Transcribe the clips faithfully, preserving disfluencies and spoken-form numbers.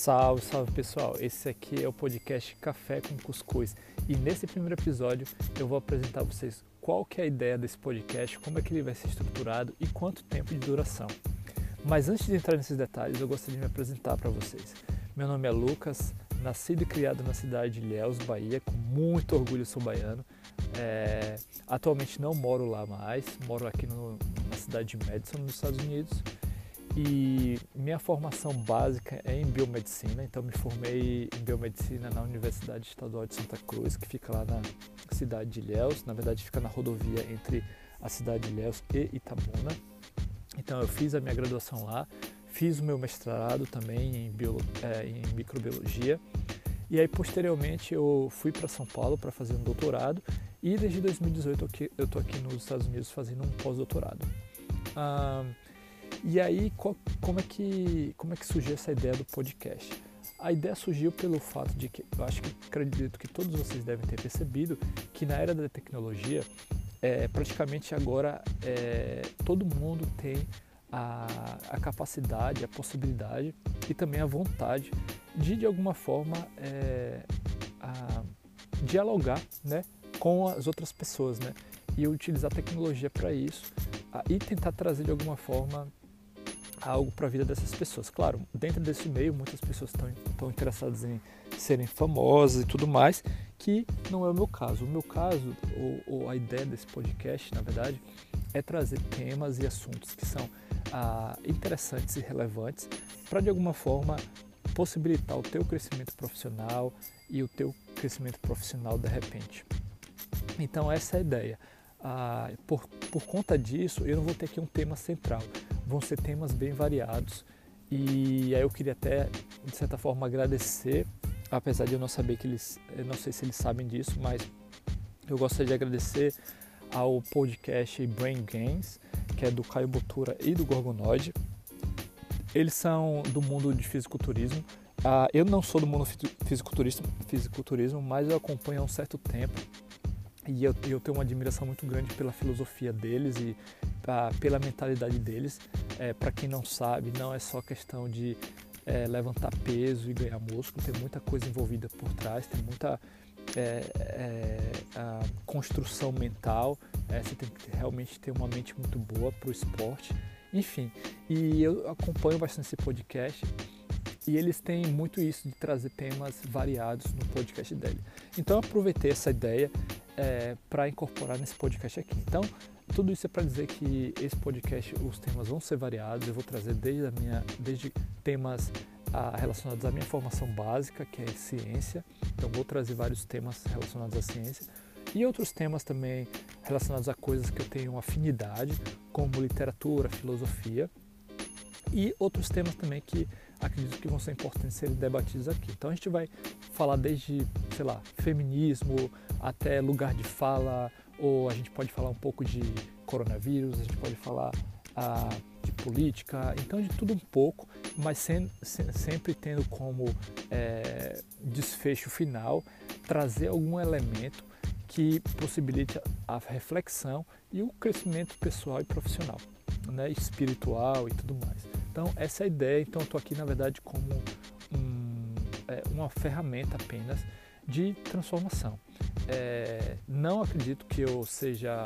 Salve, salve pessoal, esse aqui é o podcast Café com Cuscuz e nesse primeiro episódio eu vou apresentar a vocês qual que é a ideia desse podcast, como é que ele vai ser estruturado e quanto tempo de duração. Mas antes de entrar nesses detalhes, eu gostaria de me apresentar para vocês. Meu nome é Lucas, nascido e criado na cidade de Ilhéus, Bahia, com muito orgulho sou baiano. É, atualmente não moro lá mais, moro aqui no, na cidade de Madison, nos Estados Unidos. E minha formação básica é em biomedicina, então me formei em biomedicina na Universidade Estadual de Santa Cruz, que fica lá na cidade de Ilhéus, na verdade fica na rodovia entre a cidade de Ilhéus e Itabuna. Então eu fiz a minha graduação lá, fiz o meu mestrado também em, bio, é, em microbiologia, e aí posteriormente eu fui para São Paulo para fazer um doutorado, e desde dois mil e dezoito eu estou aqui nos Estados Unidos fazendo um pós-doutorado. Ah, E aí, como é, que, como é que surgiu essa ideia do podcast? A ideia surgiu pelo fato de que, eu acho que acredito que todos vocês devem ter percebido, que na era da tecnologia, é, praticamente agora é, todo mundo tem a, a capacidade, a possibilidade e também a vontade de, de alguma forma, é, a, dialogar, né, com as outras pessoas, né, e utilizar a tecnologia para isso a, e tentar trazer de alguma forma algo para a vida dessas pessoas. Claro, dentro desse meio muitas pessoas estão, estão interessadas em serem famosas e tudo mais, que não é o meu caso. O meu caso, ou, ou a ideia desse podcast, na verdade, é trazer temas e assuntos que são ah, interessantes e relevantes para, de alguma forma, possibilitar o teu crescimento profissional e o teu crescimento profissional de repente. Então essa é a ideia. Ah, por, por conta disso, eu não vou ter aqui um tema central. Vão ser temas bem variados e aí eu queria até, de certa forma, agradecer, apesar de eu não saber que eles, eu não sei se eles sabem disso, mas eu gostaria de agradecer ao podcast Brain Games, que é do Caio Botura e do Gorgonoide. Eles são do mundo de fisiculturismo. Ah, eu não sou do mundo fisiculturismo, fisiculturismo, mas eu acompanho há um certo tempo e eu, eu tenho uma admiração muito grande pela filosofia deles e ah, pela mentalidade deles. É, para quem não sabe, não é só questão de é, levantar peso e ganhar músculo, tem muita coisa envolvida por trás, tem muita é, é, a construção mental, é, você tem que realmente ter uma mente muito boa para o esporte, enfim. E eu acompanho bastante esse podcast e eles têm muito isso de trazer temas variados no podcast dele. Então eu aproveitei essa ideia é, para incorporar nesse podcast aqui. Então, tudo isso é para dizer que esse podcast, os temas vão ser variados. Eu vou trazer desde, a minha, desde temas ah, relacionados à minha formação básica, que é ciência. Então vou trazer vários temas relacionados à ciência. E outros temas também relacionados a coisas que eu tenho afinidade, como literatura, filosofia. E outros temas também que acredito que vão ser importantes serem debatidos aqui. Então a gente vai falar desde, sei lá, feminismo até lugar de fala, ou a gente pode falar um pouco de coronavírus, a gente pode falar ah, de política, então de tudo um pouco, mas sem, sem, sempre tendo como é, desfecho final trazer algum elemento que possibilite a reflexão e o crescimento pessoal e profissional, né, espiritual e tudo mais. Então essa é a ideia. Então eu estou aqui na verdade como um, é, uma ferramenta apenas de transformação. É, não acredito que eu seja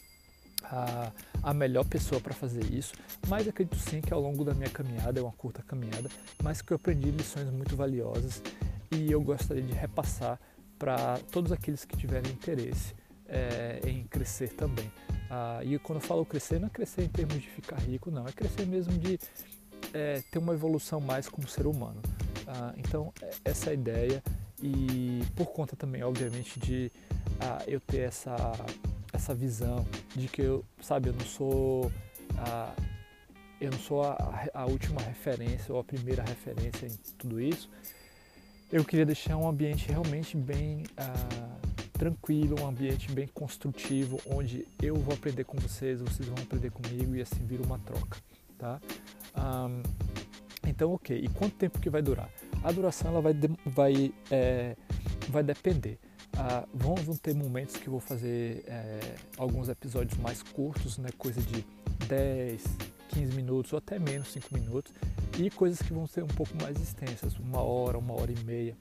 a, a melhor pessoa para fazer isso, mas acredito sim que ao longo da minha caminhada, é uma curta caminhada, mas que eu aprendi lições muito valiosas e eu gostaria de repassar para todos aqueles que tiverem interesse é, em crescer também. Ah, e quando eu falo crescer, não é crescer em termos de ficar rico, não, é crescer mesmo de é, ter uma evolução mais como ser humano. Ah, então, essa é a ideia. E por conta também, obviamente, de ah, eu ter essa, essa visão de que eu, sabe, eu não sou, ah, eu não sou a, a última referência ou a primeira referência em tudo isso, eu queria deixar um ambiente realmente bem ah, tranquilo, um ambiente bem construtivo, onde eu vou aprender com vocês, vocês vão aprender comigo e assim vira uma troca, tá? Um, então, ok. E quanto tempo que vai durar? A duração ela vai, vai, é, vai depender. Ah, vão, vão ter momentos que eu vou fazer é, alguns episódios mais curtos, né, coisa de dez, quinze minutos ou até menos, cinco minutos, e coisas que vão ser um pouco mais extensas, uma hora, uma hora e meia.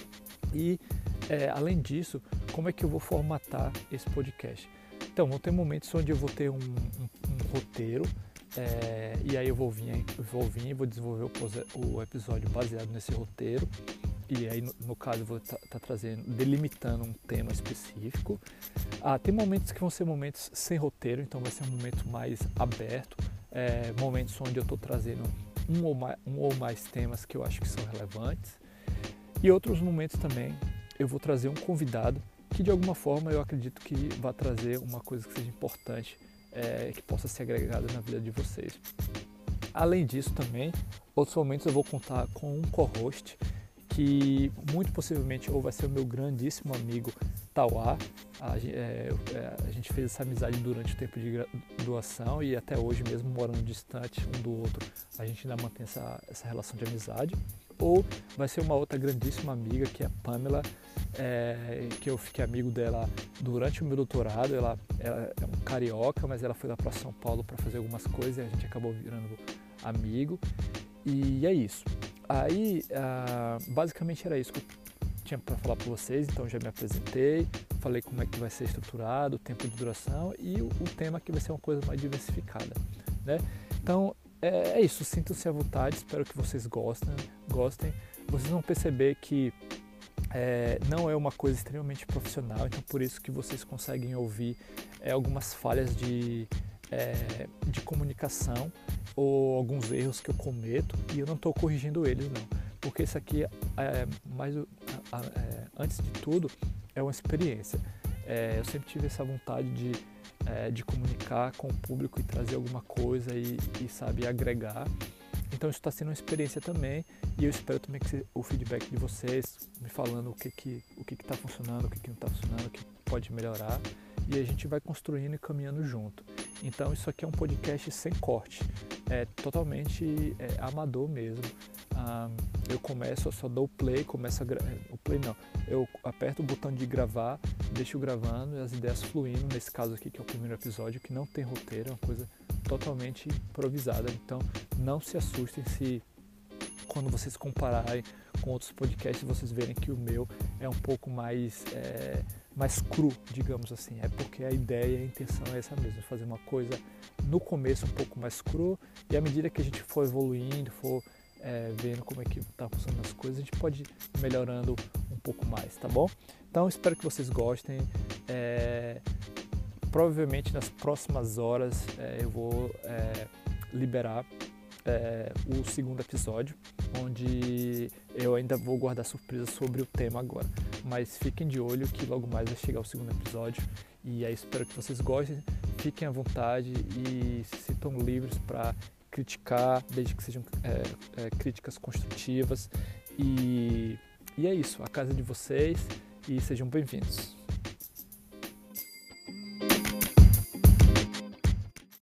E é, além disso, como é que eu vou formatar esse podcast? Então, vão ter momentos onde eu vou ter um, um, um roteiro, é, e aí eu vou vir, eu vou vir e vou desenvolver o, o episódio baseado nesse roteiro. E aí, no, no caso, eu vou estar tá, tá trazendo, delimitando um tema específico. Ah, tem momentos que vão ser momentos sem roteiro, então vai ser um momento mais aberto, é, momentos onde eu estou trazendo um ou, mais, um ou mais temas que eu acho que são relevantes. E outros momentos também eu vou trazer um convidado que, de alguma forma, eu acredito que vai trazer uma coisa que seja importante, é, que possa ser agregada na vida de vocês. Além disso também, outros momentos eu vou contar com um co-host, que muito possivelmente ou vai ser o meu grandíssimo amigo Tauá. A, é, a gente fez essa amizade durante o tempo de graduação e até hoje, mesmo morando distante um do outro, a gente ainda mantém essa, essa relação de amizade. Ou vai ser uma outra grandíssima amiga, que é a Pamela, é, que eu fiquei amigo dela durante o meu doutorado. Ela, ela é um carioca, mas ela foi lá para São Paulo para fazer algumas coisas e a gente acabou virando amigo. E é isso. Aí, ah, basicamente era isso que eu tinha para falar para vocês, então já me apresentei, falei como é que vai ser estruturado, o tempo de duração e o, o tema que vai ser uma coisa mais diversificada, né? Então, é, é isso, sintam-se à vontade, espero que vocês gostem, gostem. Vocês vão perceber que é, não é uma coisa extremamente profissional, então por isso que vocês conseguem ouvir é, algumas falhas de, é, de comunicação, ou alguns erros que eu cometo, e eu não estou corrigindo eles não, porque isso aqui, é, mais, é, antes de tudo, é uma experiência. É, eu sempre tive essa vontade de, é, de comunicar com o público e trazer alguma coisa e, e sabe, agregar. Então isso está sendo uma experiência também, e eu espero também que o feedback de vocês, me falando o que que o que está funcionando, o que, que não está funcionando, o que pode melhorar, e a gente vai construindo e caminhando junto. Então isso aqui é um podcast sem corte, é totalmente é, amador mesmo. Ah, eu começo, eu só dou o play, começo a gra... o play não, eu aperto o botão de gravar, deixo gravando e as ideias fluindo, nesse caso aqui que é o primeiro episódio, que não tem roteiro, é uma coisa totalmente improvisada, então não se assustem se quando vocês compararem com outros podcasts vocês verem que o meu é um pouco mais, é, mais cru, digamos assim, é porque a ideia e a intenção é essa mesmo, fazer uma coisa no começo um pouco mais cru, e à medida que a gente for evoluindo, for é, vendo como é que tá funcionando as coisas, a gente pode ir melhorando um pouco mais, tá bom? Então espero que vocês gostem. É, provavelmente nas próximas horas é, eu vou é, liberar é, o segundo episódio, onde eu ainda vou guardar surpresa sobre o tema agora, mas fiquem de olho que logo mais vai chegar o segundo episódio, e aí espero que vocês gostem, fiquem à vontade e se sintam livres para criticar, desde que sejam é, é, críticas construtivas, e, e é isso, a casa é de vocês e sejam bem-vindos.